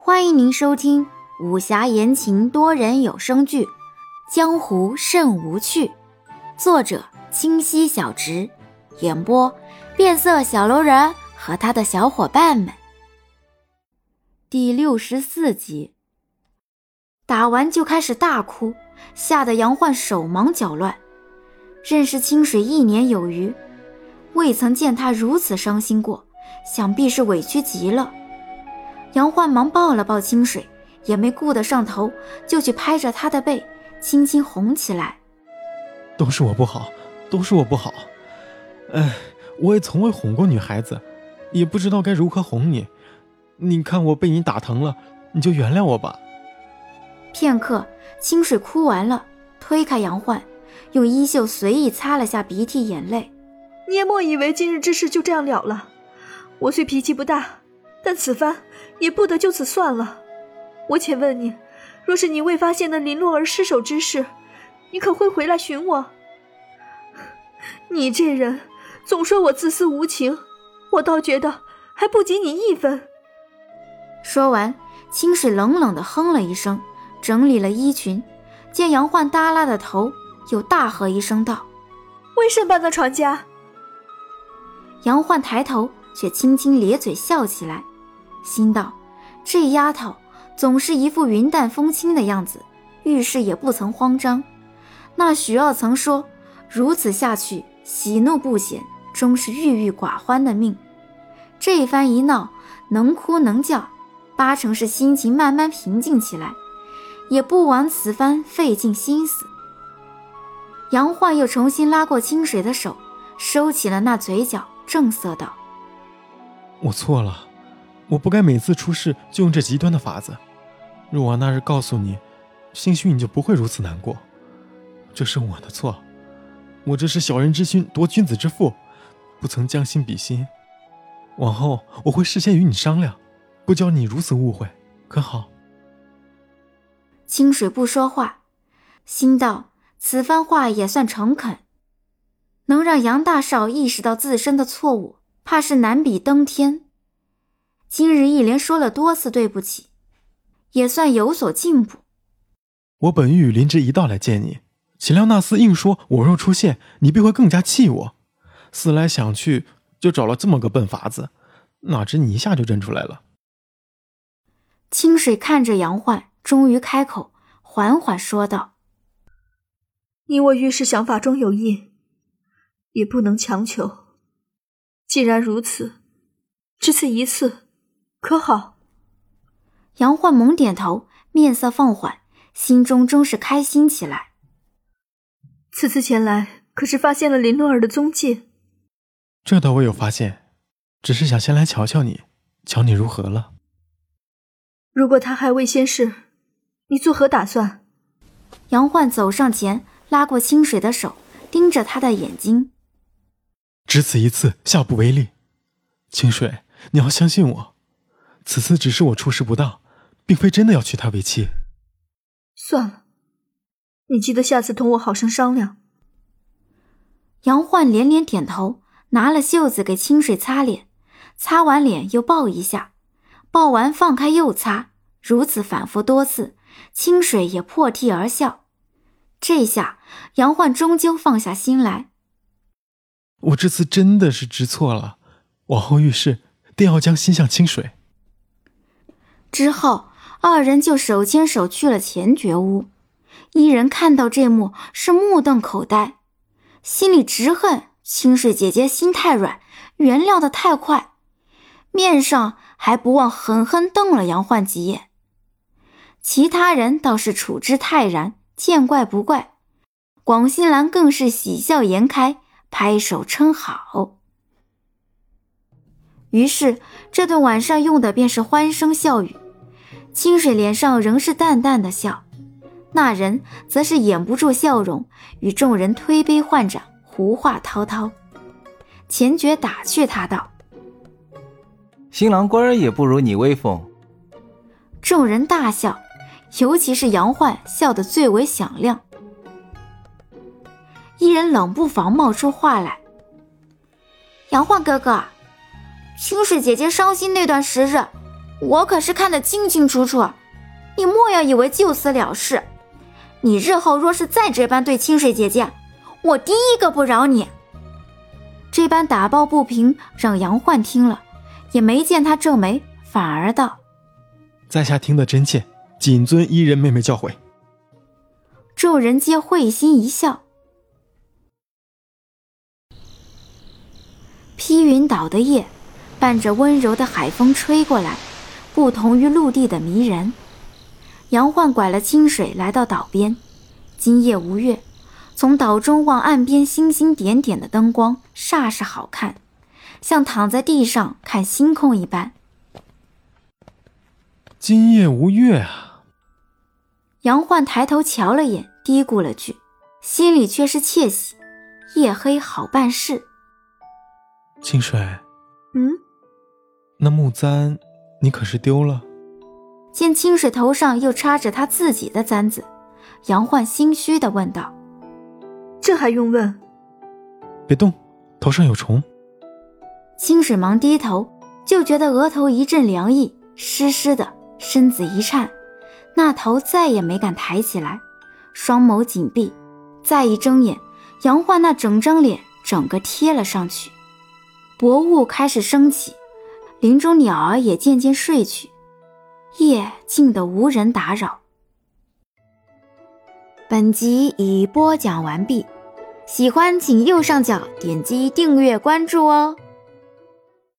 欢迎您收听武侠言情多人有声剧《江湖甚无趣》，作者清溪小直，演播变色小楼人和他的小伙伴们。第64集。打完就开始大哭，吓得杨焕手忙脚乱。认识清水1年有余，未曾见他如此伤心过，想必是委屈极了。杨焕忙抱了抱清水，也没顾得上头，就去拍着他的背，轻轻哄起来。 都是我不好，都是我不好。我也从未哄过女孩子，也不知道该如何哄你。你看我被你打疼了，你就原谅我吧。 片刻，清水哭完了，推开杨焕，用衣袖随意擦了下鼻涕眼泪。 你也莫以为今日之事就这样了了。我虽脾气不大，但此番也不得就此算了。我且问你，若是你未发现那林洛儿失手之事，你可会回来寻我？你这人总说我自私无情，我倒觉得还不及你1分。 说完，清水冷冷地哼了一声，整理了衣裙，见杨焕耷拉的头，又大喝一声道： 为甚般的传家？ 杨焕抬头，却轻轻咧嘴笑起来，心道：这丫头总是一副云淡风轻的样子，遇事也不曾慌张。那许傲曾说，如此下去，喜怒不显，终是郁郁寡欢的命。这一番一闹，能哭能叫，8成是心情慢慢平静起来，也不枉此番费尽心思。杨焕又重新拉过清水的手，收起了那嘴角，正色道： 我错了，我不该每次出事就用这极端的法子。若我那日告诉你，兴许你就不会如此难过。这是我的错，我这是小人之心夺君子之腹，不曾将心比心。往后我会事先与你商量，不教你如此误会，可好？ 清水不说话，心道此番话也算诚恳，能让杨大少意识到自身的错误，怕是难比登天。今日一连说了多次对不起，也算有所进步。 我本欲与林芝一道来见你，岂料那厮硬说我若出现，你必会更加气我。思来想去，就找了这么个笨法子，哪知你一下就认出来了。 清水看着杨焕，终于开口，缓缓说道： 你我遇事想法中有异，也不能强求。既然如此，只此一次，可好？ 杨焕猛点头，面色放缓，心中终是开心起来。 此次前来，可是发现了林洛儿的踪迹？ 这倒我有发现，只是想先来瞧瞧你，瞧你如何了。 如果他还未先逝，你作何打算？ 杨焕走上前，拉过清水的手，盯着他的眼睛。 只此一次，下不为例。清水，你要相信我，此次只是我处事不当，并非真的要娶她为妻。 算了，你记得下次同我好生商量。 杨焕连连点头，拿了袖子给清水擦脸，擦完脸又抱一下，抱完放开又擦，如此反复多次，清水也破涕而笑。这下杨焕终究放下心来。 我这次真的是知错了，往后遇事定要将心向清水。 之后二人就手牵手去了前觉屋。一人看到这幕是目瞪口呆，心里直恨清水姐姐心太软，原谅得太快，面上还不忘狠狠瞪了杨焕几眼。其他人倒是处之泰然，见怪不怪，广心兰更是喜笑颜开，拍手称好。于是这顿晚上用的便是欢声笑语，清水脸上仍是淡淡的笑，那人则是掩不住笑容，与众人推杯换盏，胡话滔滔。钱觉打趣他道： 新郎官儿也不如你威风。 众人大笑，尤其是杨焕笑得最为响亮。一人冷不防冒出话来：杨焕哥哥，清水姐姐伤心那段时日， 我可是看得清清楚楚，你莫要以为就此了事。你日后若是再这般对清水姐姐，我第一个不饶你。这般打抱不平让杨焕听了也没见他皱眉，反而道： 在下听得真切，谨遵伊人妹妹教诲。 众人皆会心一笑。披云岛的夜伴着温柔的海风吹过来，不同于陆地的迷人。杨焕拐了清水来到岛边，今夜无月，从岛中望岸边星星点点的灯光煞是好看，像躺在地上看星空一般。 今夜无月啊！ 杨焕抬头瞧了眼，嘀咕了句，心里却是窃喜，夜黑好办事。 清水， 嗯， 那木簪你可是丢了？ 见清水头上又插着他自己的簪子，杨焕心虚地问道： 这还用问？ 别动，头上有虫。 清水忙低头，就觉得额头一阵凉意，湿湿的，身子一颤，那头再也没敢抬起来，双眸紧闭，再一睁眼，杨焕那整张脸整个贴了上去。薄雾开始升起，林中鸟儿也渐渐睡去，夜静得无人打扰。本集已播讲完毕，喜欢请右上角点击订阅关注哦。